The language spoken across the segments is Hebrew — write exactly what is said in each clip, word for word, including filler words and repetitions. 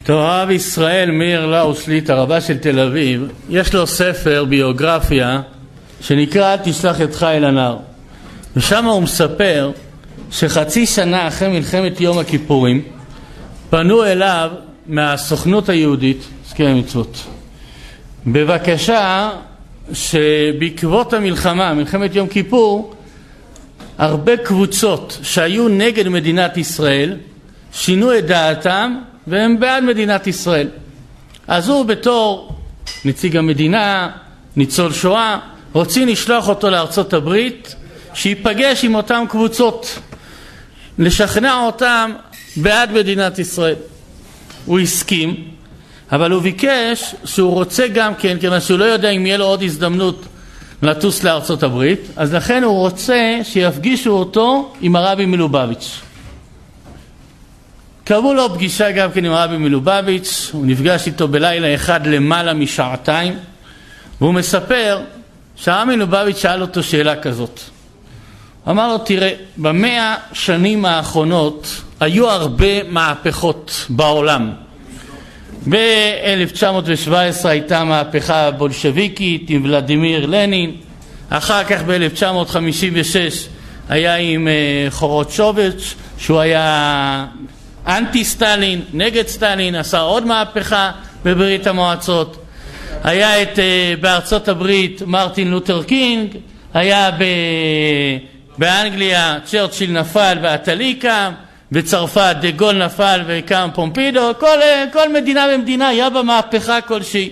טוב, הרב ישראל מאיר לאו שליט, הרבה של תל אביב, יש לו ספר ביוגרפיה שנקרא תשלח ידך אל הנער, ושם הוא מספר שחצי שנה אחרי מלחמת יום הכיפורים פנו אליו מהסוכנות היהודית, עסקי המצוות, בבקשה שבעקבות המלחמה, מלחמת יום כיפור, הרבה קבוצות שהיו נגד מדינת ישראל שינו את דעתם והם בעד מדינת ישראל. אז הוא בתור נציג המדינה, ניצול שואה, רוצים לשלוח אותו לארצות הברית שיפגש עם אותם קבוצות, לשכנע אותם בעד מדינת ישראל. הוא הסכים, אבל הוא ביקש שהוא רוצה גם כן, כיוון שהוא לא יודע אם יהיה לו עוד הזדמנות לטוס לארצות הברית, אז לכן הוא רוצה שיפגישו אותו עם הרבי מלובביץ'. קראו לו פגישה גם כן עם הרבי מלובביץ', הוא נפגש איתו בלילה אחד למעלה משעתיים, והוא מספר שהרבי מלובביץ' שאל אותו שאלה כזאת. אמר לו, תראה, במאה שנים האחרונות היו הרבה מהפכות בעולם. ב-אלף תשע מאות שבע עשרה הייתה מהפכה הבולשביקית עם ולדימיר לנין, אחר כך ב-אלף תשע מאות חמישים ושש היה עם חורוצ'וביץ' שהוא היה אנטי סטלין, נגד סטלין, עשה עוד מהפכה בברית המועצות. היה את בארצות הברית מרטין לותר קינג, היה ב... באנגליה צ'רצ'יל נפל והטליקה, בצרפת דה גול נפל וקם פומפידו, כל, כל מדינה ומדינה היה במהפכה כלשהי.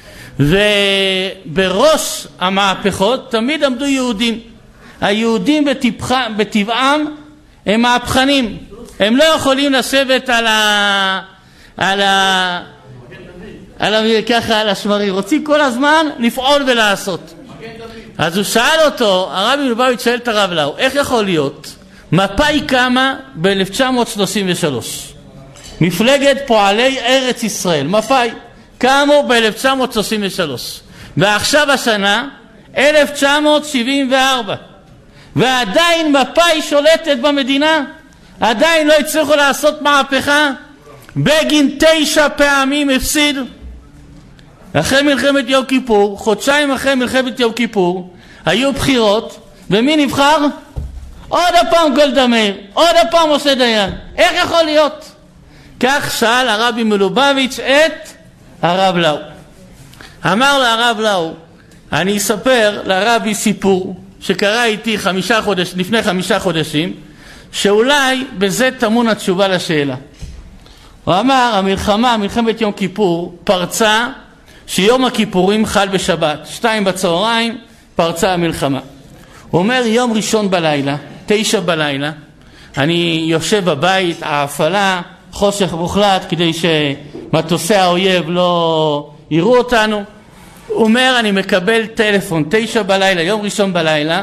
ובראש המהפכות תמיד עמדו יהודים. היהודים בטבע, בטבעם הם מהפכנים. הם לא יכולים לשבת על ה... על ה... על ה... ככה על השמרי. רוצים כל הזמן לפעול ולעשות. אז הוא שאל אותו, הרבי מלובביץ' שואל את הרב לאו, איך יכול להיות? מפא"י קמה ב-אלף תשע מאות שלושים ושלוש. מפלגת פועלי ארץ ישראל, מפא"י, קמו ב-אלף תשע מאות שלושים ושלוש. ועכשיו השנה, אלף תשע מאות שבעים וארבע. ועדיין מפא"י שולטת במדינה. עדיין לא הצליחו לעשות מהפכה. בגין תשע פעמים הפסיד. אחרי מלחמת יום כיפור, חודשיים אחרי מלחמת יום כיפור, היו בחירות, ומי נבחר? עוד הפעם גולדה מאיר, עוד הפעם משה דיין. איך יכול להיות? כך שאל הרבי מלובביץ' את הרב לאו. אמר להרב לאו, אני אספר לרבי סיפור שקרה איתי חמישה חודש, לפני חמישה חודשים, שאולי בזה טמון התשובה לשאלה. הוא אמר, המלחמה, מלחמת יום כיפור, פרצה שיום הכיפורים חל בשבת, שתיים בצהריים פרצה המלחמה. הוא אומר, יום ראשון בלילה, תשע בלילה, אני יושב בבית, ההפעלה, חושך מוחלט, כדי שמטוסי האויב לא יראו אותנו. הוא אומר, אני מקבל טלפון, תשע בלילה, יום ראשון בלילה,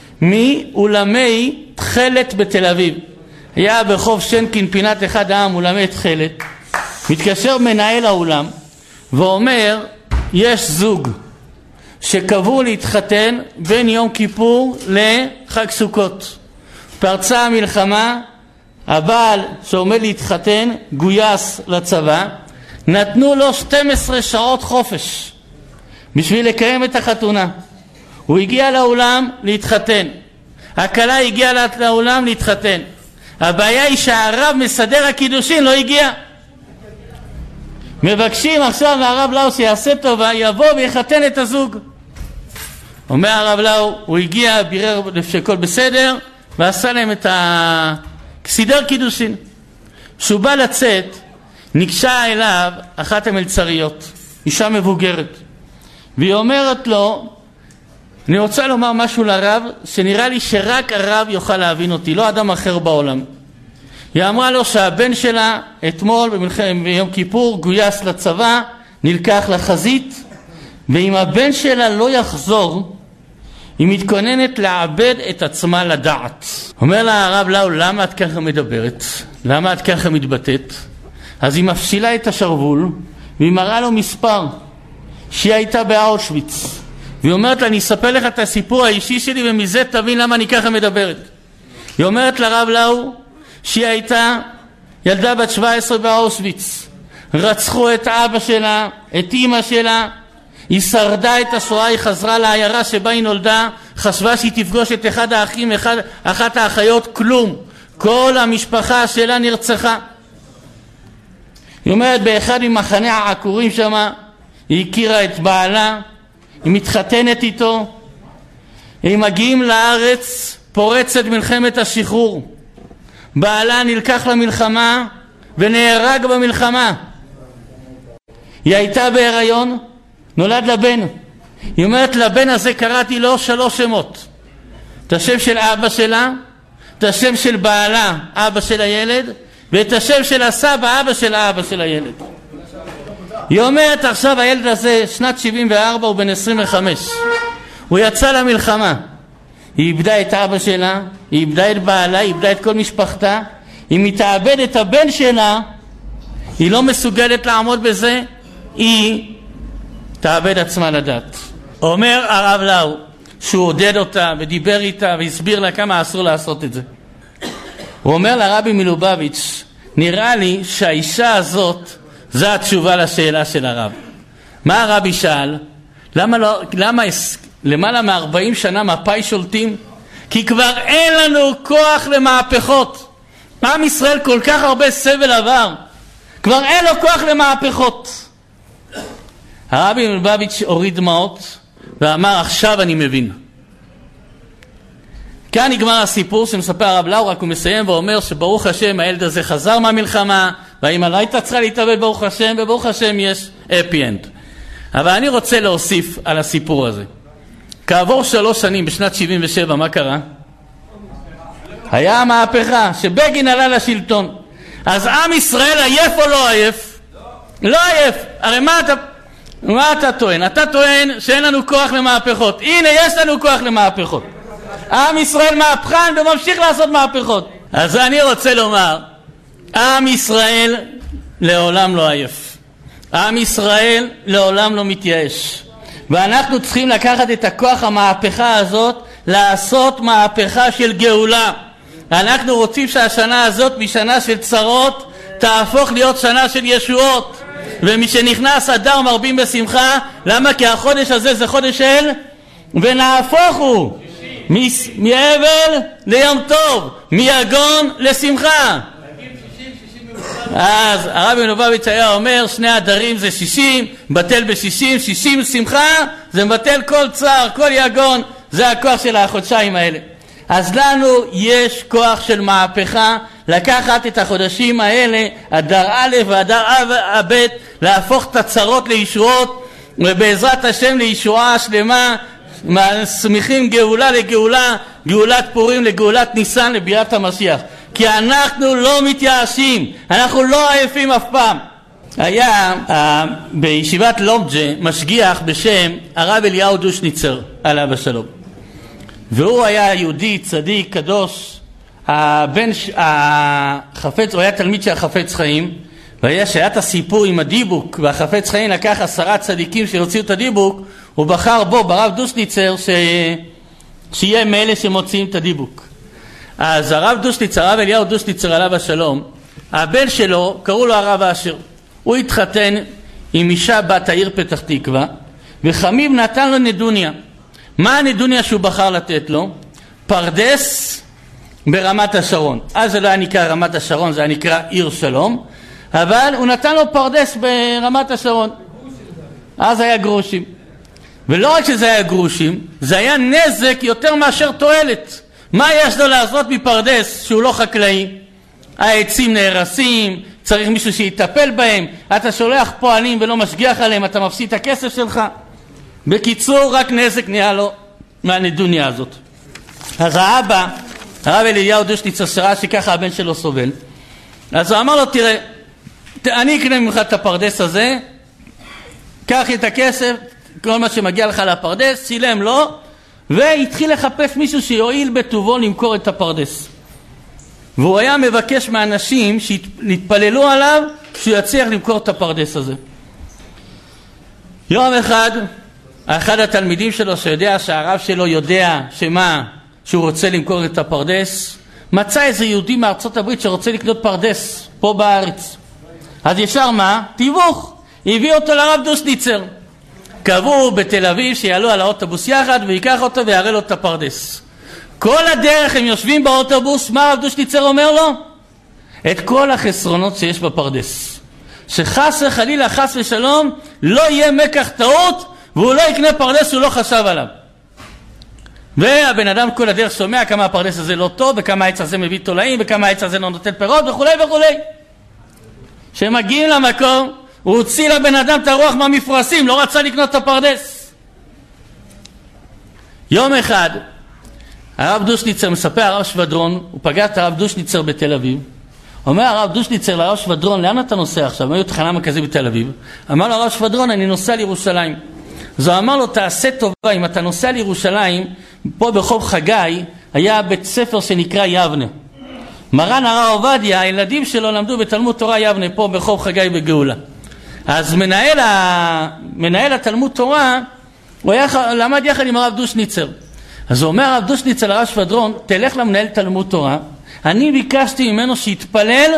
מאולמי תחלת בתל אביב. היה ברחוב שנקין פינת אחד העם, אולמי תחלת. מתקשר מנהל האולם, ואומר, יש זוג שקבעו להתחתן בין יום כיפור לחג סוכות. פרצה המלחמה, הבעל שעומד להתחתן גויס לצבא, נתנו לו שתים עשרה שעות חופש בשביל לקיים את החתונה. הוא הגיע לאולם להתחתן, הכלה הגיעה לאולם להתחתן. הבעיה היא שהרב מסדר הקידושין לא הגיע. מבקשים עכשיו מהרב לאו שיעשה טובה, יבוא ויחתן את הזוג. אומר הרב לאו, הוא הגיע, בירר שכל בסדר, ועשה להם את הסידר קידושין. כשהוא בא לצאת, ניגשה אליו אחת המלצריות, אישה מבוגרת, והיא אומרת לו, אני רוצה לומר משהו לרב, שנראה לי שרק הרב יוכל להבין אותי, לא אדם אחר בעולם. היא אמרה לו שהבן שלה אתמול במלחמת יום כיפור גויס לצבא, נלקח לחזית, ואם הבן שלה לא יחזור, היא מתכוננת לעבד את עצמה לדעת. אומר לה הרב לאו, למה את ככה מדברת? למה את ככה מתבטאת? אז היא מפשילה את השרוול, והיא מראה לו מספר, שהיא הייתה באושוויץ. והיא אומרת לה, אני אספר לך את הסיפור האישי שלי, ומזה תבין למה אני ככה מדברת. היא אומרת לרב לאו, שהיא הייתה ילדה בת שבע עשרה באושוויץ. רצחו את אבא שלה, את אמא שלה. היא שרדה את השואה, היא חזרה לעיירה שבה היא נולדה, חשבה שהיא תפגוש את אחד האחים, אחד, אחת האחיות, כלום. כל המשפחה שלה נרצחה. היא אומרת, באחד ממחנה העקורים שם, היא הכירה את בעלה, היא מתחתנת איתו, הם מגיעים לארץ, פורצת מלחמת השחרור. בעלה נלקח למלחמה ונהרג במלחמה. היא הייתה בהיריון, נולד לבן. היא אומרת, לבן הזה קראתי לו שלוש שמות. את השם של אבא שלה, את השם של בעלה, אבא של הילד, ואת השם של הסבא, אבא של האבא של הילד. היא אומרת, עכשיו הילד הזה, שנת שבעים וארבע, הוא בן עשרים וחמש. הוא יצא למלחמה. היא איבדה את אבא שלה, היא איבדה את בעלה, היא איבדה את כל משפחתה. היא מתאבד את הבן שלה, היא לא מסוגלת לעמוד בזה, היא תאבד עצמה לדעת. אומר הרב לאו, שהוא עודד אותה ודיבר איתה והסביר לה כמה אסור לעשות את זה. הוא אומר לרבי מלובביץ', נראה לי שהאישה הזאת, זו התשובה לשאלה של הרב. מה הרבי שאל? למה, לא, למה למעלה מ-ארבעים שנה מפאי שולטים? כי כבר אין לנו כוח למהפכות. עם ישראל כל כך הרבה סבל עבר, כבר אין לו כוח למהפכות. הרבי מלובביץ' הוריד דמעות ואמר, עכשיו אני מבין. כאן נגמר הסיפור שמספר הרב לאו, רק הוא מסיים ואומר שברוך השם הילד הזה חזר מהמלחמה, והאמא לא הייתה צריכה להתאבד ברוך השם, וברוך השם יש אפי אנד. אבל אני רוצה להוסיף על הסיפור הזה. כעבור שלוש שנים בשנת שבעים ושבע, מה קרה? היה המהפכה שבגין עלה לשלטון. אז עם ישראל עייף או לא עייף? לא, לא עייף. הרי מה אתה, מה אתה טוען? אתה טוען שאין לנו כוח למהפכות. הנה, יש לנו כוח למהפכות. עם ישראל מהפכן וממשיך לעשות מהפכות. אז אני רוצה לומר, עם ישראל לעולם לא עייף. עם ישראל לעולם לא מתייאש. ואנחנו צריכים לקחת את הכוח המהפכה הזאת, לעשות מהפכה של גאולה. אנחנו רוצים שהשנה הזאת משנה של צרות תהפוך להיות שנה של ישועות. ומשנכנס אדר מרבים בשמחה. למה? כי החודש הזה זה חודש של ונהפוך הוא מאבל ליום טוב, מיגון לשמחה. אז הרבי מלובביץ' היה אומר, שני הדרים זה שישים, בטל בשישים, שישים שמחה, זה מבטל כל צער, כל יגון. זה הכוח של החודשיים האלה. אז לנו יש כוח של מהפכה, לקחת את החודשים האלה, אדר א' ואדר ב', להפוך את הצרות לישועות, ובעזרת השם לישועה שלמה, שמחים גאולה לגאולה, גאולת פורים לגאולת ניסן לביאת המשיח. כי אנחנו לא מתייאשים, אנחנו לא עייפים אף פעם. היה uh, בישיבת לומג'ה משגיח בשם הרב אליהו דושניצר עליו השלום, והוא היה יהודי צדיק קדוש, הבן ש... החפץ, הוא היה תלמיד של החפץ חיים, והיה שהיה את הסיפור עם הדיבוק, והחפץ חיים לקח עשרה צדיקים שהוציאו את הדיבוק, הוא בחר בו ברב דושניצר ש... שיהיה מאלה שמוציאים את הדיבוק. אז הרב דושניצר, הרב אליהו דושניצר עליו השלום, הבן שלו קראו לו הרב אשר. הוא התחתן עם אישה בת העיר פתח תקווה, וחמיב נתן לו נדוניה. מה הנדוניה שהוא בחר לתת לו? פרדס ברמת השרון. אז זה לא היה נקרא רמת השרון, זה היה נקרא עיר שלום, אבל הוא נתן לו פרדס ברמת השרון. אז היה גרושים. ולא רק שזה היה גרושים, זה היה נזק יותר מאשר תועלת. מה יש לו לעשות מפרדס שהוא לא חקלאי? העצים נהרסים, צריך מישהו שיטפל בהם, אתה שולח פועלים ולא משגיח עליהם, אתה מפסיד את הכסף שלך. בקיצור, רק נזק נהיה לו מהנדוניה הזאת. אז האבא, הרב אליהו דושניצר, שראה שככה הבן שלו סובל, אז הוא אמר לו, תראה, אני אקנה ממך את הפרדס הזה, קח את הכסף, כל מה שמגיע לך לפרדס, שילם לו, והתחיל לחפש מישהו שיועיל בטובו למכור את הפרדס. והוא היה מבקש מאנשים שיתפללו עליו שהוא יצליח למכור את הפרדס הזה. יום אחד, אחד התלמידים שלו שיודע שהרב שלו יודע שמה, שהוא רוצה למכור את הפרדס, מצא איזה יהודי מארצות הברית שרוצה לקנות פרדס פה בארץ. אז ישר מה? תיווך. הביא אותו לרב דושניצר. קבעו בתל אביב שיעלו על האוטובוס יחד ויקח אותו ויראה לו את הפרדס. כל הדרך הם יושבים באוטובוס, מה הרב דושניצר אומר לו? את כל החסרונות שיש בפרדס. שחס וחלילה, חס ושלום, לא יהיה מקח טעות והוא לא יקנה פרדס שהוא לא חשב עליו. והבן אדם כל הדרך שומע כמה הפרדס הזה לא טוב וכמה העץ הזה מביא תולעים וכמה העץ הזה לא נותן פירות וכולי וכולי. כשמגיעים למקום הוא הוציא לבן אדם את הרוח מהמפרשים, לא רצה לקנות את הפרדס. יום אחד הרב דושניצר, מספר הרב שבדרון, הוא פגע את הרב דושניצר בתל אביב. אומר הרב דושניצר לרב שבדרון, לאן אתה נוסע עכשיו? היו תחנה מרכזית בתל אביב. אמר לו הרב שבדרון, אני נוסע לירושלים. אז הוא אמר לו, תעשה טובה, אם אתה נוסע לירושלים, פה ברחוב חגי היה בית ספר שנקרא יבנה. מרן הרב עובדיה, הילדים שלו למדו בתלמוד תורה יבנה, פה ברחוב חגי בגאולה. אז מנהל, ה... מנהל התלמוד תורה, הוא היה... למד יחד עם הרב דושניצר. אז הוא אומר הרב דושניצר לרב שבדרון, תלך למנהל תלמוד תורה, אני ביקשתי ממנו שיתפלל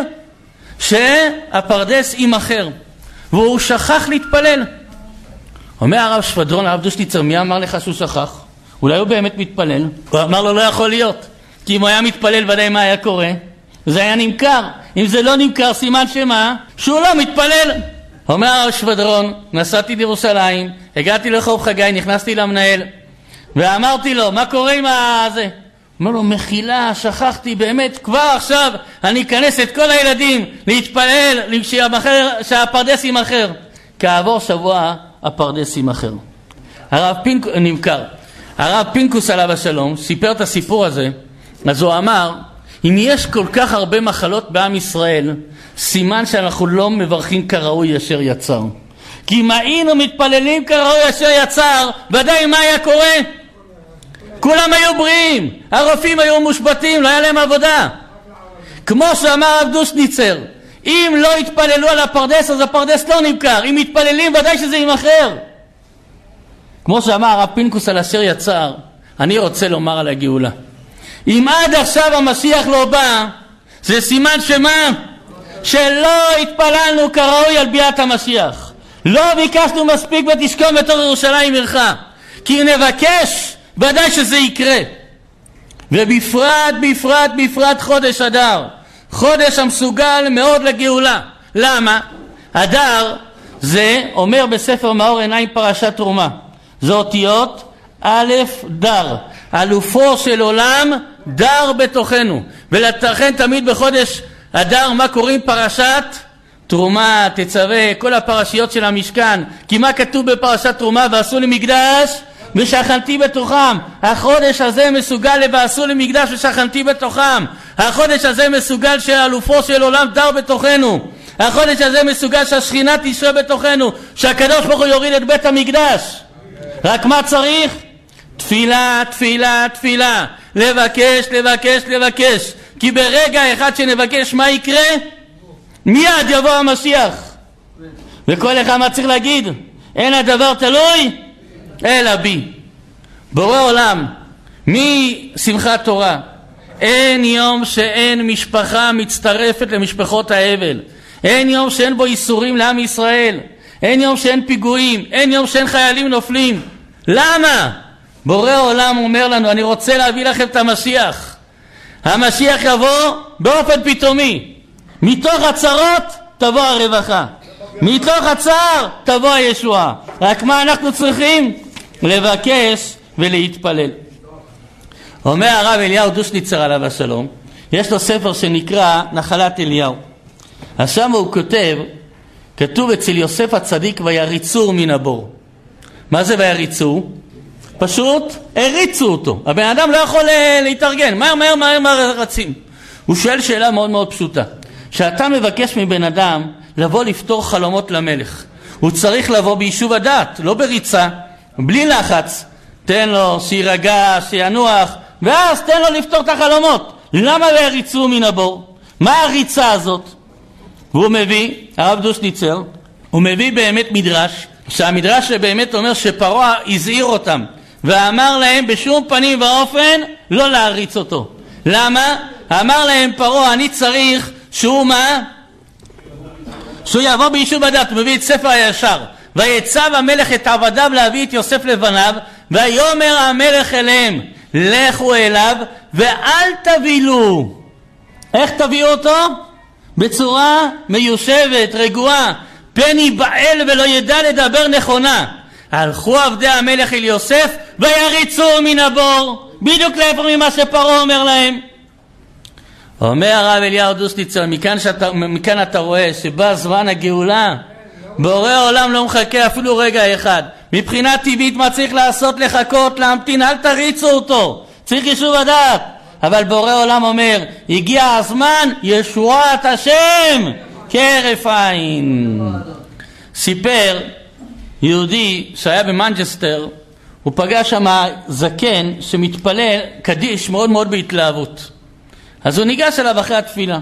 שהפרדס יימכר, והוא שכח להתפלל. אומר הרב שבדרון לרב דושניצר, מי אמר לך שהוא שכח? אולי הוא באמת מתפלל? הוא אמר לו, לא יכול להיות, כי אם הוא היה מתפלל ודאי מה היה קורה? זה היה נמכר. אם זה לא נמכר, סימן שמה? שהוא לא מתפלל. אומר הרב שבדרון, נסעתי לירושלים, הגעתי לרחוב חגי, נכנסתי למנהל ואמרתי לו, מה קורה עם הזה? אומר לו, מחילה, שכחתי, באמת, כבר עכשיו אני אכנס את כל הילדים להתפלל שהפרדס יימכר. כעבור שבוע הפרדס יימכר. הרב פינקוס, נמכר. הרב פינקוס עליו השלום סיפר את הסיפור הזה. אז הוא אמר, אם יש כל כך הרבה מחלות בעם ישראל, סימן שאנחנו לא מברכים כראוי אשר יצר. כי אם היינו מתפללים כראוי אשר יצר, ודאי מה היה קורה? כולם היו בריאים, הרופאים היו מושבתים, לא היה להם עבודה. כמו שאמר הרב דושניצר, אם לא יתפללו על הפרדס, אז הפרדס לא נמכר. אם מתפללים, ודאי שזה יימכר. כמו שאמר הרב פינקוס על אשר יצר, אני רוצה לומר על הגאולה. אם עד עכשיו המשיח לא בא, זה סימן שמה? שלא התפללנו כראוי על ביאת המשיח. לא ביקשנו מספיק ותשכום בתור ירושלים עירך. כי נבקש, ודאי שזה יקרה. ובפרט, בפרט, בפרט חודש אדר. חודש המסוגל מאוד לגאולה. למה? אדר זה אומר בספר מאור עיניים פרשת תרומה. זה אותיות א' דר. אלופו של עולם דר בתוכנו. ולכן תמיד בחודש אדר מה קוראים? פרשת תרומה, תצווה, כל הפרשיות של המשכן. כי מה כתוב בפרשת תרומה? ועשו לי מקדש ושכנתי בתוכם. החודש הזה מסוגל ועשו לי מקדש ושכנתי בתוכם. החודש הזה מסוגל שאלופו של עולם דר בתוכנו. החודש הזה מסוגל שהשכינה תשרה בתוכנו, שהקדוש ברוך הוא יוריד את בית המקדש. רק מה צריך? תפילה, תפילה, תפילה. לבקש, לבקש, לבקש. כי ברגע אחד שנבקש מה יקרה? מיד יבוא המשיח. וכל אחד מה צריך להגיד? אין הדבר תלוי אלא בי. בורא עולם, משמחת תורה, אין יום שאין משפחה מצטרפת למשפחות האבל. אין יום שאין בו איסורים לעם ישראל. אין יום שאין פיגועים. אין יום שאין חיילים נופלים. למה? בורא עולם אומר לנו, אני רוצה להביא לכם את המשיח. המשיח יבוא באופן פתאומי. מתוך הצרות תבוא הרווחה. מתוך הצער תבוא הישועה. רק מה אנחנו צריכים? לבקש ולהתפלל. אומר הרב אליהו דושניצר עליו השלום, יש לו ספר שנקרא נחלת אליהו. אז שם הוא כותב, כתוב אצל יוסף הצדיק ויריצו מן הבור. מה זה ויריצו? פשוט הריצו אותו. הבן אדם לא יכול להתארגן. מהר מהר מהר מהר רצים. הוא שואל שאלה מאוד מאוד פשוטה. שאתה מבקש מבן אדם לבוא לפתור חלומות למלך, הוא צריך לבוא ביישוב הדעת, לא בריצה, בלי לחץ. תן לו שירגע, שינוח, ואז תן לו לפתור את החלומות. למה ויריצו מן הבור? מה הריצה הזאת? והוא מביא, הרב דושניצר, הוא מביא באמת מדרש, שהמדרש באמת אומר שפרעה הזהיר אותם ואמר להם בשום פנים ואופן לא להריץ אותו. למה? אמר להם פרעה, אני צריך שהוא מה? שהוא יבוא ביישוב הדת, הוא מביא את ספר הישר. ויצב המלך את עבדיו להביא את יוסף לבניו, ויאמר המלך אליהם, לכו אליו ואל תבילו. איך תביאו אותו? בצורה מיושבת, רגועה, פן ייבעל ולא ידע לדבר נכונה. הלכו עבדי המלך אל יוסף ויריצו מן הבור, בדיוק להפך ממה שפרעה אומר להם. אומר הרב אליהו דוסניצר, מכאן, שאתה, מכאן אתה רואה שבא זמן הגאולה, בורא העולם לא מחכה אפילו רגע אחד. מבחינה טבעית מה צריך לעשות? לחכות, להמתין, אל תריצו אותו, צריך יישוב הדעת. אבל בורא עולם אומר, הגיע הזמן, ישועת השם כהרף עין. סיפר יהודי שהיה במנצ'סטר, הוא פגש שם זקן שמתפלל קדיש מאוד מאוד בהתלהבות. אז הוא ניגש אליו אחרי התפילה,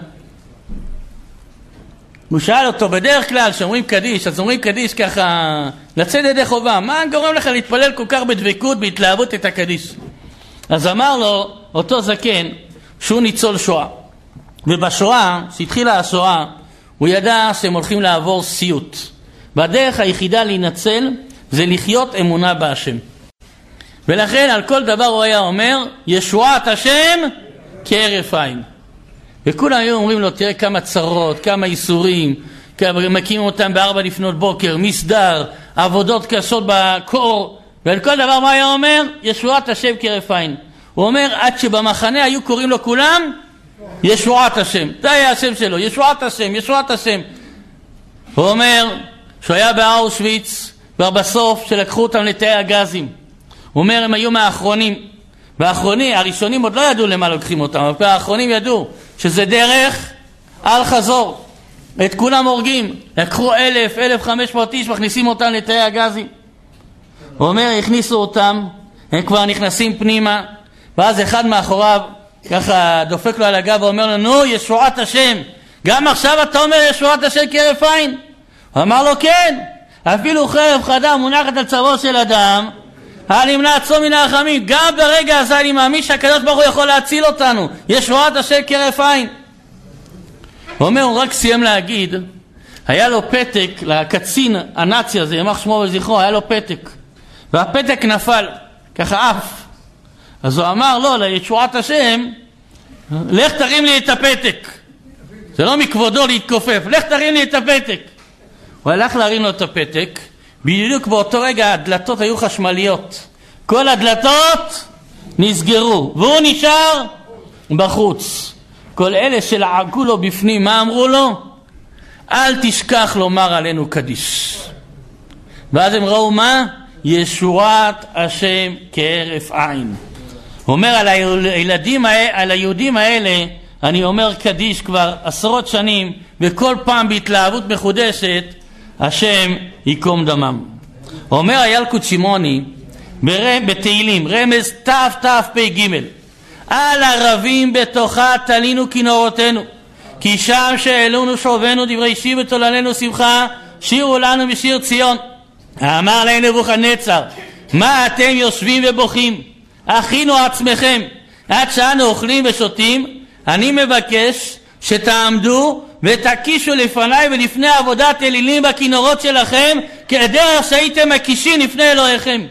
הוא שאל אותו, בדרך כלל שאומרים קדיש, אז אומרים קדיש ככה לצאת ידי חובה, מה גורם לך להתפלל כל כך בדבקות, בהתלהבות את הקדיש? אז אמר לו אותו זקן שהוא ניצול שואה, ובשואה, שהתחילה השואה, הוא ידע שהם הולכים לעבור סיוט, והדרך היחידה להינצל זה לחיות אמונה בהשם, ולכן על כל דבר הוא היה אומר ישועת השם כהרף עין. וכולם היו אומרים לו, תראה כמה צרות, כמה איסורים, מקימים אותם בארבע לפנות בוקר, מסדר, עבודות קשות בקור, ועל כל דבר מה היה אומר? ישועת השם כהרף עין. הוא אומר, עד שבמחנה היו קוראים לו כולם ישועת השם, זה היה השם שלו, ישועת השם, ישועת השם. הוא אומר שהוא היה באושוויץ, כבר בסוף שלקחו אותם לתאי הגזים, הוא אומר הם היו מהאחרונים, והאחרונים, הראשונים עוד לא ידעו למה לוקחים אותם, אבל האחרונים ידעו שזה דרך על חזור, את כולם הורגים, לקחו אלף, אלף חמש מאות איש, מכניסים אותם לתאי הגזים. הוא אומר, הכניסו אותם, הם כבר נכנסים פנימה, ואז אחד מאחוריו ככה דופק לו על הגב ואומר לו, נו, ישועת השם, גם עכשיו אתה אומר ישועת השם כהרף עין? הוא אמר לו, כן, אפילו חרב חדה מונחת על צווארו של אדם, אל ימנע עצמו מן הרחמים, גם ברגע הזה אני מאמין שהקדוש ברוך הוא יכול להציל אותנו, ישועת השם כהרף עין. הוא אומר, הוא רק סיים להגיד, היה לו פתק לקצין הנאצי הזה, ימח שמו וזכרו, היה לו פתק, והפתק נפל, ככה אף. אז הוא אמר לו, לישועת השם, לך תרים לי את הפתק. זה לא מכבודו להתכופף, לך תרים לי את הפתק. הוא הלך להרים לו את הפתק, בדיוק באותו רגע הדלתות היו חשמליות, כל הדלתות נסגרו, והוא נשאר בחוץ. כל אלה שלעגו לו בפנים, מה אמרו לו? אל תשכח לומר עלינו קדיש. ואז הם ראו מה? ישועת השם כהרף עין. הוא אומר על הילדים, על היהודים האלה, אני אומר קדיש כבר עשרות שנים, וכל פעם בהתלהבות מחודשת, השם יקום דמם. אומר הילקוט שמעוני בתהילים, רמז תף תף פי גימל, על ערבים בתוכה תלינו כינורותינו, כי שם שאלונו שובנו דברי שיר ותוללנו שמחה, שירו לנו משיר ציון. אמר להם נבוכדנצר, מה אתם יושבים ובוכים? הכינו עצמכם עד שאנו אוכלים ושותים. אני מבקש שתעמדו ותקישו לפניי ולפני עבודת אלילים בכינורות שלכם, כדרך שהייתם מקישים לפני אלוהיכם.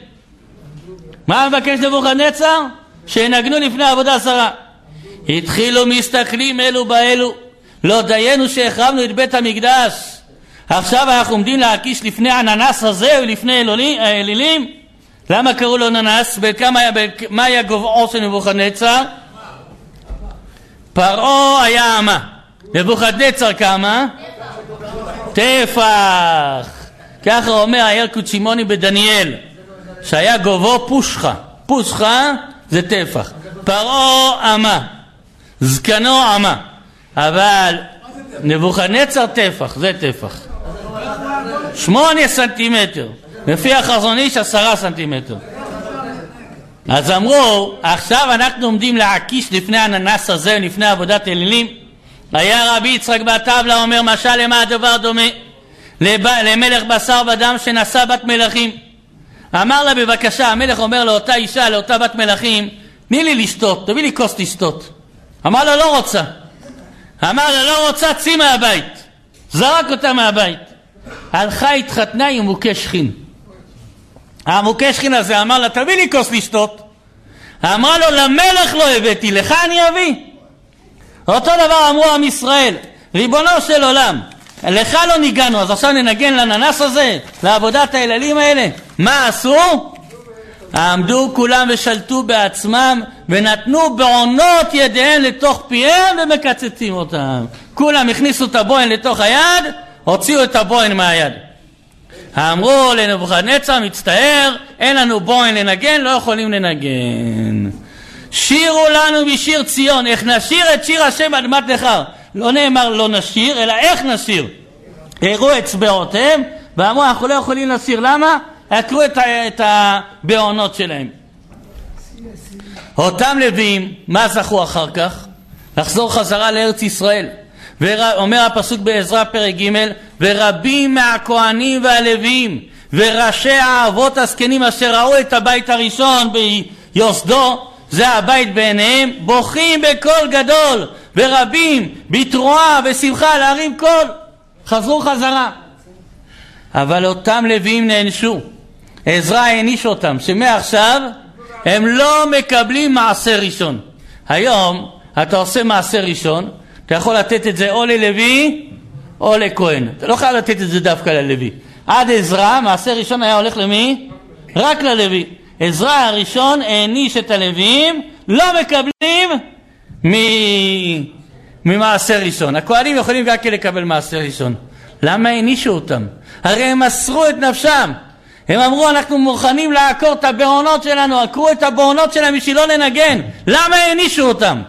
מה מבקש נבוכדנצר? שינגנו לפני עבודה זרה. התחילו מסתכלים אלו באלו, לא דיינו שהחרבנו את בית המקדש, עכשיו אנחנו עומדים להקיש לפני הננס הזה ולפני אלילים. למה קראו לו ננס? מה היה גובעו של נבוכדנצר? פרעה היה אמה, נבוכדנצר כמה? טפח. ככה אומר הילקוט שמעוני בדניאל, שהיה גובו פושחה. פושחה זה טפח. פרעה אמה, זקנו אמה, אבל נבוכדנצר טפח, זה טפח. שמונה סנטימטר, לפי החזון איש עשרה סנטימטר. אז אמרו, עכשיו אנחנו עומדים להקיש לפני הננס הזה, לפני עבודת אלילים. היה רבי יצחק בטבלה אומר, משל למה הדבר דומה? למלך בשר ודם שנשא בת מלכים. אמר לה בבקשה, המלך אומר לאותה אישה, לאותה בת מלכים, תני לי לשתות, תביא לי כוס לשתות. אמר לה לא רוצה. אמר לה לא רוצה, צאי מהבית. זרק אותה מהבית. הלכה התחתנה עם מוכה שכין. המוכה שכין הזה אמר לה, תביא לי כוס לשתות. אמרה לו, למלך לא הבאתי, לך אני אביא. אותו דבר אמרו עם ישראל, ריבונו של עולם, לך לא ניגענו, אז עכשיו ננגן לננס הזה, לעבודת האלילים האלה. מה עשו? עמדו כולם ושלטו בעצמם ונתנו בעונות ידיהם לתוך פיהם ומקצצים אותם. כולם הכניסו את הבוין לתוך היד, הוציאו את הבוין מהיד. אמרו לנבוכדנצר, מצטער, אין לנו בוין לנגן, לא יכולים לנגן. שירו לנו בשיר ציון, איך נשיר את שיר השם אדמת נכר. לא נאמר לא נשיר, אלא איך נשיר. הראו אצבעותיהם ואמרו, אנחנו לא יכולים לשיר. למה? עקרו את, את הבעונות שלהם. אותם לוויים, מה זכו אחר כך? לחזור חזרה לארץ ישראל. ואומר הפסוק בעזרא פרק ג' ורבים מהכהנים והלוויים וראשי האבות הזקנים אשר ראו את הבית הראשון ביוסדו, זה הבית בעיניהם, בוכים בקול גדול, ורבים בתרועה ושמחה להרים קול, חזרו חזרה. אבל אותם לוויים נענשו. עזרא העניש אותם שמעכשיו הם לא מקבלים מעשר ראשון. היום אתה עושה מעשר ראשון, אתה יכול לתת את זה או ללוי או לכהן. אתה לא חייב לתת את זה דווקא ללוי. עד עזרא מעשר ראשון היה הולך למי? רק ללוי. עזרא הראשון העניש את הלוויים, לא מקבלים ממעשר ראשון. הכהנים יכולים רק לקבל מעשר ראשון. למה הענישו אותם? הרי הם מסרו את נפשם. הם אמרו, אנחנו מוכנים לעקור את הבעונות שלנו, עקרו את הבעונות שלהם בשביל לא לנגן. למה הענישו אותם?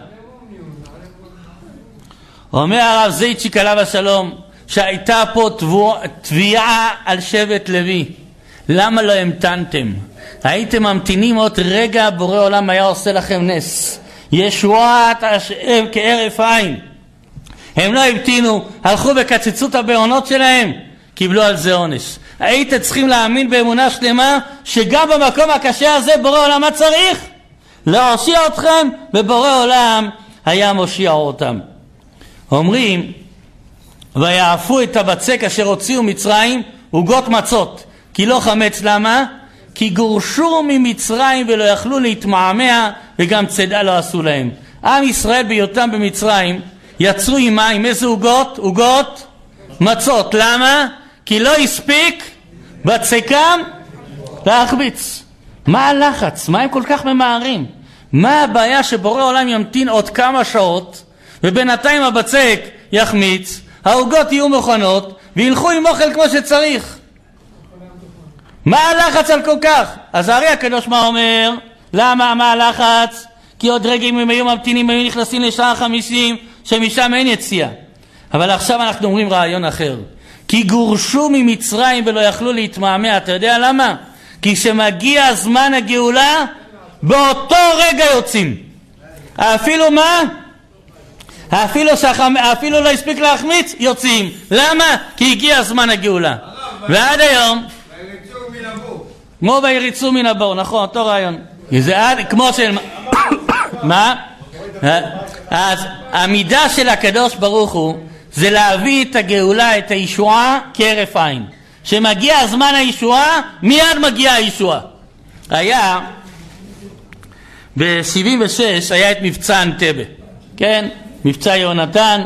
אומר הרב זייצ'יק עליו השלום, שהייתה פה תביעה על שבט לוי. למה לא המתנתם? הייתם ממתינים עוד רגע, בורא עולם היה עושה לכם נס. ישועת השם כהרף עין. הם לא המתינו, הלכו וקצצו את הבעונות שלהם, קיבלו על זה עונש. הייתם צריכים להאמין באמונה שלמה שגם במקום הקשה הזה בורא עולם מה צריך? להושיע אתכם, ובורא עולם היה מושיע אותם. אומרים, ויעפו את הבצק אשר הוציאו מצרים עוגות מצות, כי לא חמץ. למה? כי גורשו ממצרים ולא יכלו להתמעמע, וגם צדעה לא עשו להם. עם ישראל בהיותם במצרים יצרו עם מים איזה עוגות? עוגות מצות. למה? כי לא הספיק בצקם להחביץ. מה הלחץ? מה הם כל כך ממהרים? מה הבעיה שבורא עולם ימתין עוד כמה שעות ובינתיים הבצק יחמיץ, העוגות יהיו מוכנות וילכו עם אוכל כמו שצריך? מה הלחץ על כל כך? אז הרי הקדוש מה אומר? למה? מה הלחץ? כי עוד רגע אם הם היו ממתינים, היו נכנסים לשעה חמישים, שמשם אין יציאה. אבל עכשיו אנחנו אומרים רעיון אחר. כי גורשו ממצרים ולא יכלו להתמעמע. אתה יודע למה? כי שמגיע זמן הגאולה, באותו רגע יוצאים. אפילו מה? אפילו, שחמ... אפילו לא הספיק להחמיץ, יוצאים. למה? כי הגיע זמן הגאולה. ועד היום כמו ויריצו מן הבור, נכון, אותו רעיון. זה עד, כמו של... מה? אז המידה של הקדוש ברוך הוא זה להביא את הגאולה, את הישועה כהרף עין. שמגיע הזמן הישועה, מיד מגיע הישועה. היה ב-שבעים ושש היה את מבצע אנטבה, כן? מבצע יונתן,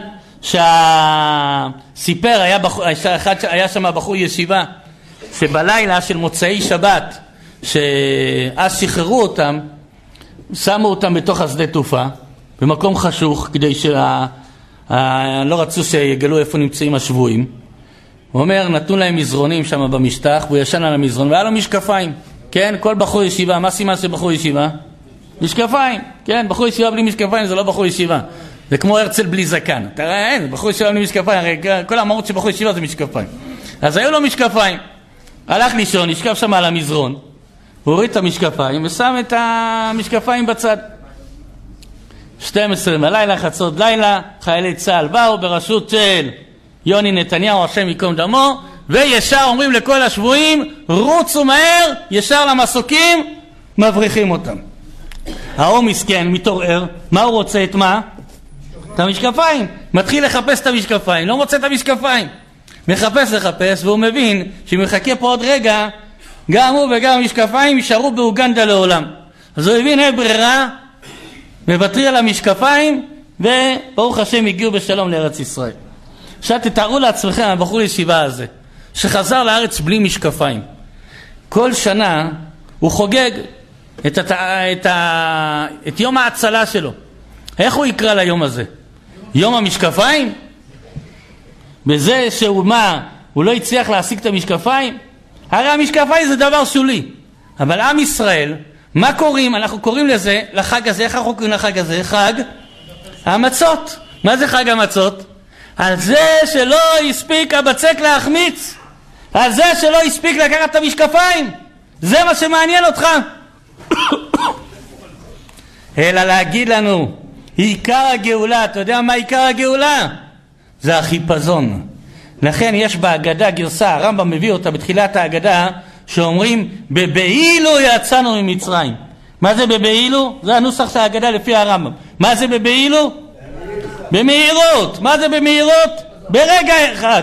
שהסיפר, היה, בחור, היה שם בחור ישיבה שבלילה של מוצאי שבת, שאז שחררו אותם, שמו אותם בתוך השדה תעופה במקום חשוך, כדי שה... לא רצו שיגלו איפה נמצאים השבויים. הוא אומר, נתנו להם מזרונים שם במשטח, והוא ישן על המזרון והיה לו משקפיים. כן, כל בחור ישיבה, מה סימן של בחור ישיבה? משקפיים. כן, בחור ישיבה בלי משקפיים זה לא בחור ישיבה, זה כמו הרצל בלי זקן. אתה רואה, אין, בחור ישיבה בלי משקפיים, הרי כל המהות של בחור ישיבה זה משקפיים. אז היו לו משקפיים, הלך לישון, נשכב שם על המזרון, הוא הוריד את המשקפיים ושם את המשקפיים בצד. שתים עשרה בלילה, חצות לילה, חיילי צה"ל באו בראשות של יוני נתניהו, השם יקום דמו, וישר אומרים לכל השבויים, רוצו מהר, ישר למסוקים, מבריחים אותם. ההוא מסכן, מתעורר, מה הוא רוצה? את מה? את המשקפיים. מתחיל לחפש את המשקפיים, לא מוצא את המשקפיים. מחפש לחפש, והוא מבין שאם מחכה פה עוד רגע, גם הוא וגם המשקפיים יישארו באוגנדה לעולם. אז הוא הבין אין ברירה, מבטרי על המשקפיים, וברוך השם הגיעו בשלום לארץ ישראל. עכשיו תתארו לעצמכם, הבחור ישיבה הזה, שחזר לארץ בלי משקפיים. כל שנה הוא חוגג את, את, את, את יום ההצלה שלו. איך הוא יקרא ליום הזה? יום המשקפיים? בזה שהוא מה? הוא לא הצליח להשיג את המשקפיים? הרי המשקפיים זה דבר שולי. אבל עם ישראל, מה קוראים? אנחנו קוראים לזה, לחג הזה, איך אנחנו קוראים לחג הזה? חג המצות. מה זה חג המצות? על זה שלא הספיק הבצק להחמיץ. על זה שלא הספיק לקחת את המשקפיים. זה מה שמעניין אותך. אלא להגיד לנו, עיקר הגאולה, אתה יודע מה עיקר הגאולה? זה החיפזון. לכן יש בהגדה גרסה, הרמב"ם מביא אותה בתחילת ההגדה, שאומרים, בבהילו יצאנו ממצרים. מה זה בבהילו? זה הנוסח של ההגדה לפי הרמב"ם. מה זה בבהילו? במהירות. מה זה במהירות? ברגע אחד.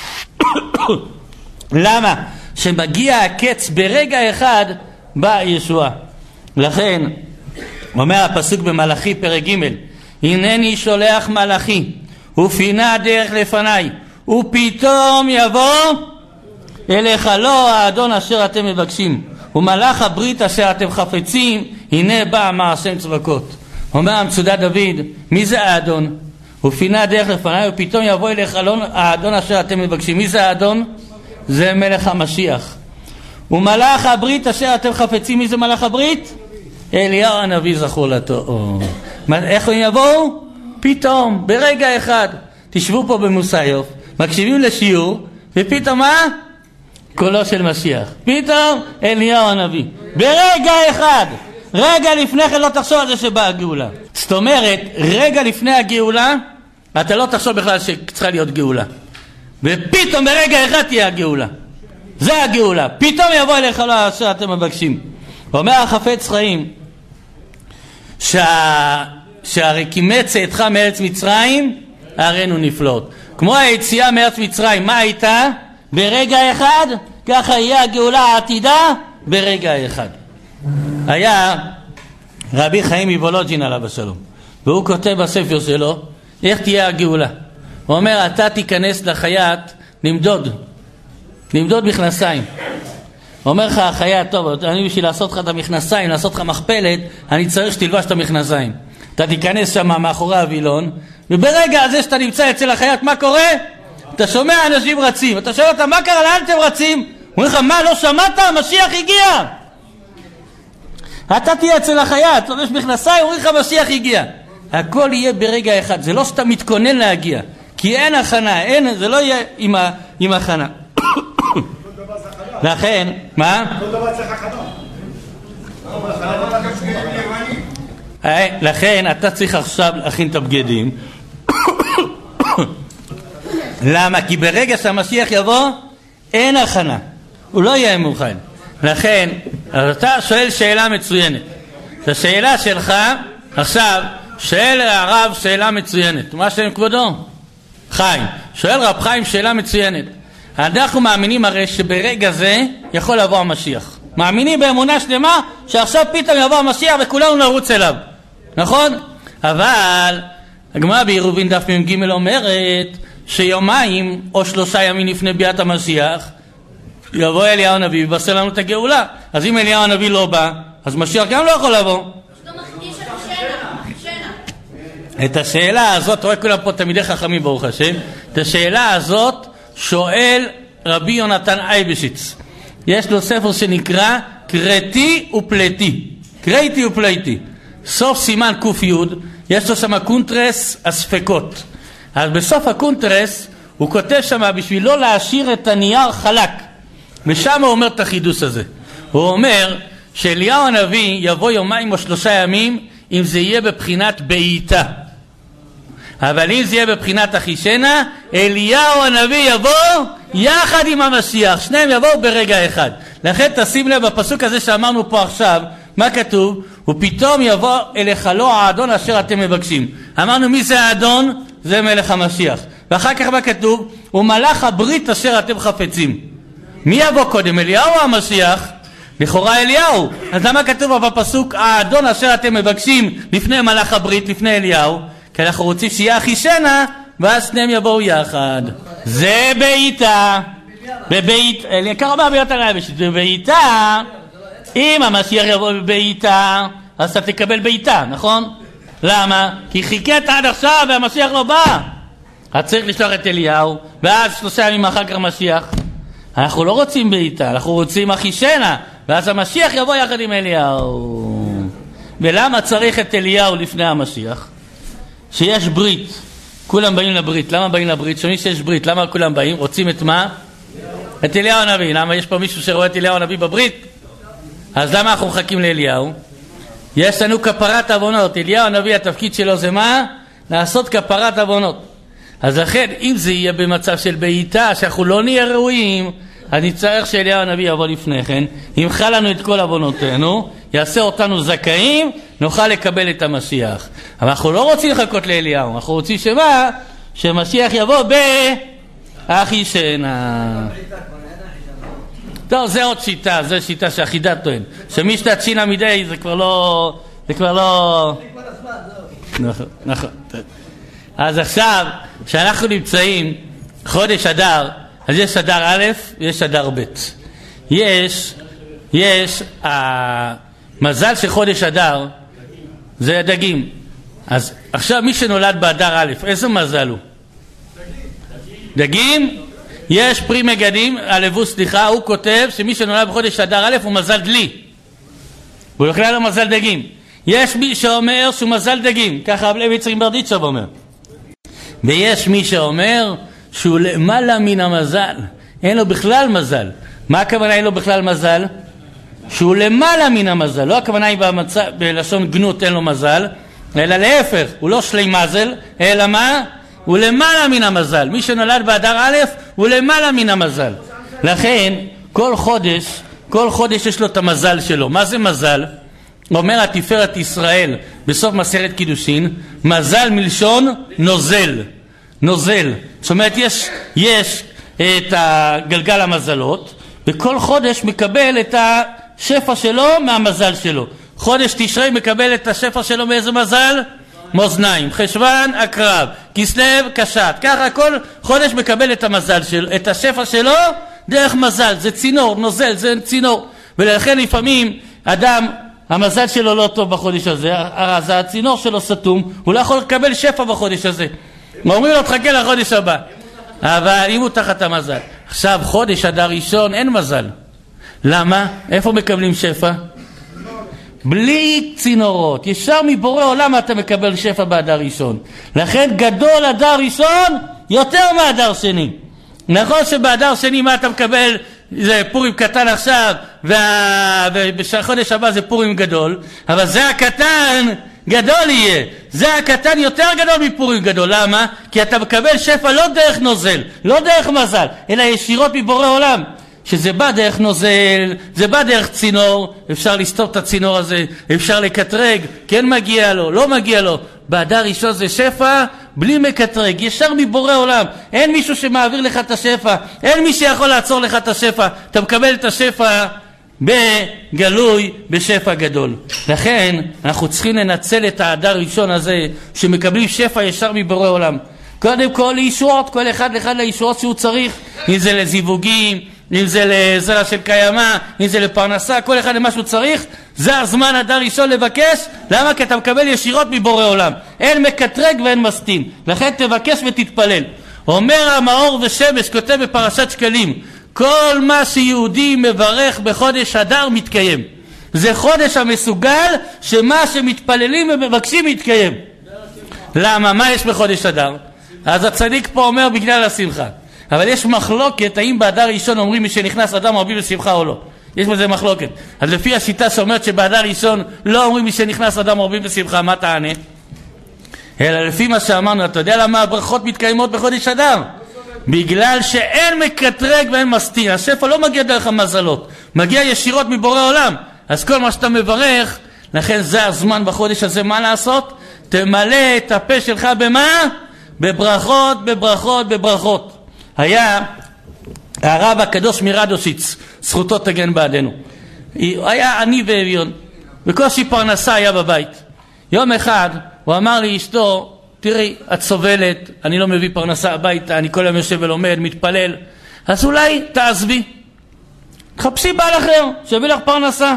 למה? שמגיע הקץ ברגע אחד בא ישוע. לכן אומר הפסוק במלאכי פרק ג', הנני שולח מלאכי ופינה דרך לפניי ופתאום יבוא אליך לא האדון אשר אתם מבקשים ומלאך הברית אשר אתם חפצים, הנה בא אמר השם צבקות. אומר המצודת דוד, מי זה האדון? ופינה דרך לפניי ופתאום יבוא אליך האדון אשר אתם מבקשים. מי זה האדון? זה מלך המשיח. ומלאך הברית אשר אתם חפצים, מי זה מלאך הברית? אליהו הנביא זכור לתור. איך הם יבואו? פתאום, ברגע אחד. תשבו פה במוסיוף, מקשיבים לשיעור, ופתאום מה? קולו של משיח. פתאום אליהו הנביא. ברגע אחד. רגע לפני כן לא תחשוב על זה שבאה הגאולה. זאת אומרת, רגע לפני הגאולה, אתה לא תחשוב בכלל שצריכה להיות גאולה. ופתאום ברגע אחד תהיה הגאולה. זה הגאולה. פתאום יבוא אליך לא אשר אתם מבקשים. אומר החפץ חיים, שה... שהרי קימץ צאתך מארץ מצרים, הראינו נפלאות. כמו היציאה מארץ מצרים, מה הייתה? ברגע אחד, ככה יהיה הגאולה העתידה, ברגע אחד. היה רבי חיים מוולוז'ין עליו השלום, והוא כותב בספר שלו, איך תהיה הגאולה. הוא אומר, אתה תיכנס לחייט, נמדוד, נמדוד מכנסיים. אומר לך החייט, טוב, אני בשביל לעשות לך את המכנסיים, לעשות לך מכפלת, אני צריך שתלבש את המכנסיים. אתה תיכנס שם מאחורי הווילון, וברגע הזה שאתה נמצא אצל החייט, מה קורה? אתה שומע אנשים רצים, אתה שואל אותם, מה קרה, לאן אתם רצים? הוא אומר לך, מה, לא שמעת? המשיח הגיע. אתה תהיה אצל החייט, לובש מכנסיים, הוא אומר לך, המשיח הגיע. הכל יהיה ברגע אחד, זה לא שאתה מתכונן להגיע, כי אין הכנה, אין, זה לא יהיה עם, ה, עם הכנה. לכן, מה? לא דבר צריך הכנה. לכן אתה צריך עכשיו להכין את הבגדים. למה? כי ברגע שהמשיח יבוא אין הכנה, הוא לא יהיה מוכן. לכן אתה שואל שאלה מצוינת. השאלה שלך עכשיו, שואל הרב שאלה מצוינת. מה שם כבודו? חיים. שואל רב חיים שאלה מצוינת. אנחנו מאמינים הרי שברגע זה יכול לבוא המשיח. מאמינים באמונה שלמה שעכשיו פתאום יבוא המשיח וכולנו נרוץ אליו, נכון? אבל הגמרא בעירובין דף מ"ג אומרת שיומיים או שלושה ימים לפני ביאת המשיח יבוא אליהו הנביא ויבשר לנו את הגאולה. אז אם אליהו הנביא לא בא, אז משיח גם לא יכול לבוא. את השאלה הזאת, רואה כולם פה תלמידי חכמים ברוך השם, את השאלה הזאת שואל רבי יונתן אייבשיץ. יש לו ספר שנקרא קרתי ופלטי. קרתי ופלטי. סוף סימן קוף יוד, יש לו שם קונטרס הספקות. אז בסוף הקונטרס הוא כותב שם בשביל לא להשאיר את הנייר חלק. ושם הוא אומר את החידוש הזה. הוא אומר שאליהו הנביא יבוא יומיים או שלושה ימים אם זה יהיה בבחינת בעיטה. אבל אם זה יהיה בבחינת אחישנה, אליהו הנביא יבוא יחד עם המשיח, שניהם יבואו ברגע אחד. לכן תשים לב בפסוק הזה שאמרנו פה עכשיו, מה כתוב? ופתאום יבוא אליך לא האדון אשר אתם מבקשים. אמרנו מי זה האדון? זה מלך המשיח. ואחר כך מה כתוב? ומלאך הברית אשר אתם חפצים. מי יבוא קודם, אליהו או המשיח? לכאורה אליהו. אז למה כתוב בפסוק האדון אשר אתם מבקשים לפני מלאך הברית, לפני אליהו? כי אנחנו רוצים שיהיה אחישנה ואז שניהם יבואו יחד. זה בעיתה. בבית, ככה אומר ביותר היבשת, בבעיתה, אם המשיח יבוא בבעיתה, אז אתה תקבל בעיתה, נכון? למה? כי חיכית עד עכשיו והמשיח לא בא. אז צריך לשלוח את אליהו, ואז שלושה ימים אחר כך משיח. אנחנו לא רוצים בעיתה, אנחנו רוצים אחישנה, ואז המשיח יבוא יחד עם אליהו. ולמה צריך את אליהו לפני המשיח? שיש ברית, כולם באים לברית. למה באים לברית? שמי שיש ברית, למה כולם באים? רוצים את מה? את אליהו הנביא. למה יש פה מישהו שרואה את אליהו הנביא בברית? אז למה אנחנו מחכים לאליהו? יש לנו כפרת עוונות. אליהו הנביא התפקיד שלו זה מה? לעשות כפרת עוונות. אז לכן אם זה יהיה במצב של בעיתה שאנחנו לא נהיה ראויים, אז נצטרך שאליהו הנביא יבוא לפני כן, ימחל לנו את כל עוונותינו, יעשה אותנו זכאים, נוכל לקבל את המשיח. אבל אנחנו לא רוצים לחכות לאליהו, אנחנו רוצים שמה? שמשיח יבוא באחישנה. טוב, זה עוד שיטה, זו שיטה שהחידה טוען. שמי שתצינה מדי זה כבר לא... זה כבר לא... נכון, נכון. אז עכשיו, כשאנחנו נמצאים חודש אדר, אז יש אדר א' ויש אדר ב'. יש, יש, המזל של חודש אדר זה הדגים. אז עכשיו מי שנולד באדר א', איזה מזל הוא? דגים? יש פרי מגדים, הלבוס, סליחה, הוא כותב שמי שנולד בחודש אדר א' הוא מזל דלי. הוא בכלל לא מזל דגים. יש מי שאומר שהוא מזל דגים, ככה אבלי ויצרים ברדיצ'ב אומר. ויש מי שאומר שהוא למעלה מן המזל, אין לו בכלל מזל. מה הכוונה אין לו בכלל מזל? שהוא למעלה מן המזל. לא הכוונה היא במצא, בלשון גנות אין לו מזל, אלא להפך, הוא לא שלי מזל, אלא מה? הוא למעלה מן המזל. מי שנולד באדר א' הוא למעלה מן המזל. לכן כל חודש, כל חודש יש לו את המזל שלו. מה זה מזל? אומר התפארת ישראל בסוף מסכת קידושין, מזל מלשון נוזל. נוזל. זאת אומרת יש, יש את הגלגל המזלות, וכל חודש מקבל את השפע שלו מהמזל שלו. חודש תשרי מקבל את השפע שלו מאיזה מזל? מאזניים. חשוון עקרב, כסלו קשת. ככה כל חודש מקבל את המזל שלו, את השפע שלו דרך מזל. זה צינור, נוזל, זה צינור. ולכן לפעמים אדם המזל שלו לא טוב בחודש הזה, אז הצינור שלו סתום, הוא לא יכול לקבל שפע בחודש הזה. אומרים לו תחכה לחודש הבא, אבל אם הוא תחת המזל. עכשיו חודש אדר ראשון אין מזל. למה? איפה מקבלים שפע? בלי צינורות, ישר מבורא עולם אתה מקבל שפע באדר ראשון. לכן גדול אדר ראשון יותר מאדר שני. נכון שבאדר שני מה אתה מקבל? זה פורים קטן עכשיו, וה... ובחודש הבא זה פורים גדול, אבל זה הקטן גדול יהיה. זה הקטן יותר גדול מפורים גדול. למה? כי אתה מקבל שפע לא דרך נוזל, לא דרך מזל, אלא ישירות מבורא עולם. שזה בא דרך נוזל, זה בא דרך צינור, אפשר לסתור את הצינור הזה, אפשר לקטרג, כן מגיע לו, לא מגיע לו. באדר ראשון זה שפע בלי מקטרג, ישר מבורא עולם. אין מישהו שמעביר לך את השפע, אין מי שיכול לעצור לך את השפע. אתה מקבל את השפע בגלוי, בשפע גדול. לכן אנחנו צריכים לנצל את האדר ראשון הזה שמקבלים שפע ישר מבורא עולם. קודם כל לישועות, כל אחד לאחד לישועות שהוא צריך, אם זה לזיווגים, אם זה לזרע של קיימה, אם זה לפרנסה, כל אחד למה שהוא צריך. זה הזמן אדר ראשון לבקש. למה? כי אתה מקבל ישירות מבורא עולם, אין מקטרג ואין מסתים. לכן תבקש ותתפלל. אומר המאור ושמש, כותב בפרשת שקלים, כל מה שיהודי מברך בחודש אדר מתקיים. זה חודש המסוגל שמה שמתפללים ומבקשים מתקיים. למה? מה יש בחודש אדר? אז הצדיק פה אומר בגלל השמחה. אבל יש מחלוקת האם באדר ראשון אומרים מי שנכנס אדם מרבים בשמחה או לא. יש בזה מחלוקת. אז לפי השיטה שאומרת שבאדר ראשון לא אומרים מי שנכנס אדם מרבים בשמחה, מה תענה? אלא לפי מה שאמרנו, אתה יודע למה הברכות מתקיימות בחודש אדר? בגלל שאין מקטרג ואין מסתיר. השפע לא מגיע דרך המזלות, מגיע ישירות מבורא עולם. אז כל מה שאתה מברך, לכן זה הזמן בחודש הזה מה לעשות? תמלא את הפה שלך במה? בברכות, בברכות, בברכות. היה הרב הקדוש מרדושיץ, זכותו תגן בעדנו. הוא היה עני ואביון, בקושי פרנסה היה בבית. יום אחד הוא אמר לי אשתו, תראי, את סובלת, אני לא מביא פרנסה הביתה, אני כל יום יושב ולומד, מתפלל, אז אולי תעזבי, תחפשי בעל אחר שיביא לך פרנסה.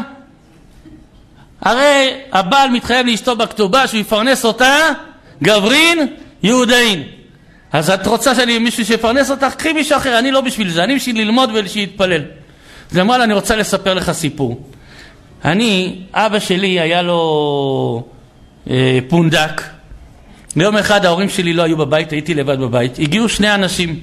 הרי הבעל מתחייב לאשתו בכתובה שהוא יפרנס אותה גברין יהודאין. אז את רוצה שאני מישהו שיפרנס אותך? קחי מישהו אחר, אני לא בשביל זה, אני בשביל ללמוד ולהתפלל. אז אמרה לה, אני רוצה לספר לך סיפור. אני, אבא שלי היה לו אה, פונדק. ביום אחד ההורים שלי לא היו בבית, הייתי לבד בבית. הגיעו שני אנשים.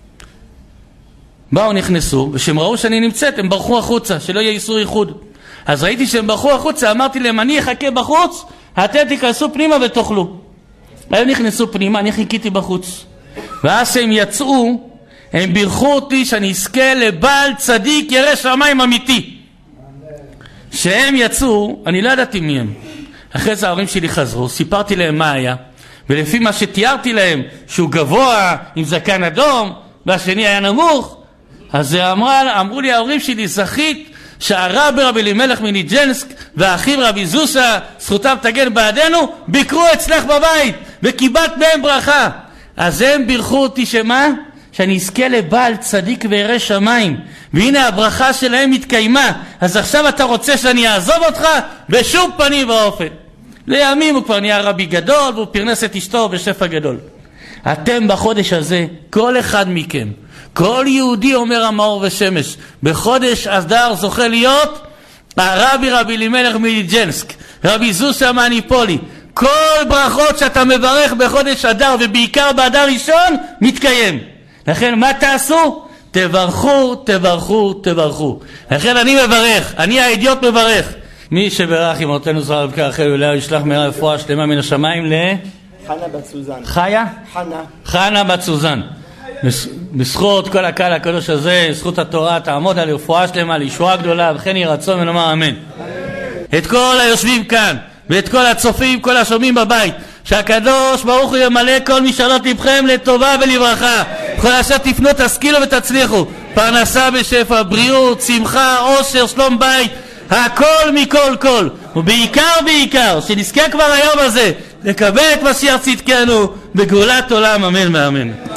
באו, נכנסו, ושהם ראו שאני נמצאת, הם ברחו החוצה, שלא יהיה איסור ייחוד. אז ראיתי שהם ברחו החוצה, אמרתי להם, אני אחכה בחוץ, אתם תיכנסו פנימה ותאכלו. הם נכנסו פנימה, אני חיכיתי בחוץ. ואז שהם יצאו, הם בירכו אותי שאני אזכה לבעל צדיק ירא שמיים אמיתי. שהם יצאו, אני לא ידעתי מי הם. אחרי זה ההורים שלי חזרו, סיפרתי להם מה היה, ולפי מה שתיארתי להם, שהוא גבוה, עם זקן אדום, והשני היה נמוך, אז אמרה, אמרו לי ההורים שלי, זכית שהרב רבי אלימלך מליז'נסק והאחיו רבי זוסה, זכותם תגן בעדנו, ביקרו אצלך בבית וקיבלת מהם ברכה. אז הם בירכו אותי שמה? שאני אזכה לבעל צדיק וירא שמיים, והנה הברכה שלהם התקיימה. אז עכשיו אתה רוצה שאני אעזוב אותך? בשום פנים ואופן. לימים הוא כבר נהיה רבי גדול והוא פרנס את אשתו בשפע גדול. אתם בחודש הזה, כל אחד מכם, כל יהודי, אומר המאור ושמש, בחודש אדר זוכה להיות הרבי רבי אלימלך מליז'נסק, רבי זוסה מניפולי. כל ברכות שאתה מברך בחודש אדר ובעיקר באדר ראשון מתקיים. לכן מה תעשו? תברכו, תברכו, תברכו. לכן אני מברך, אני האידיוט מברך. מי שברך אמרתנו זכר רבקה אחרי אולי ישלח מהרה רפואה שלמה מן השמיים ל... חנה בת סוזן. חיה? חנה. חנה בת סוזן. בזכות כל הקהל הקדוש הזה, זכות התורה תעמוד על רפואה שלמה, לישועה גדולה, וכן יהי רצון ונאמר אמן. את כל היושבים כאן ואת כל הצופים, כל השומעים בבית, שהקדוש ברוך הוא ימלא כל משאלות לבכם לטובה ולברכה. כל אשר תפנו תשכילו ותצליחו, פרנסה בשפע, בריאות, שמחה, עושר, שלום בית, הכל מכל כל, ובעיקר בעיקר שנזכה כבר היום הזה לקבל את משיח צדקנו בגאולת עולם, אמן ואמן.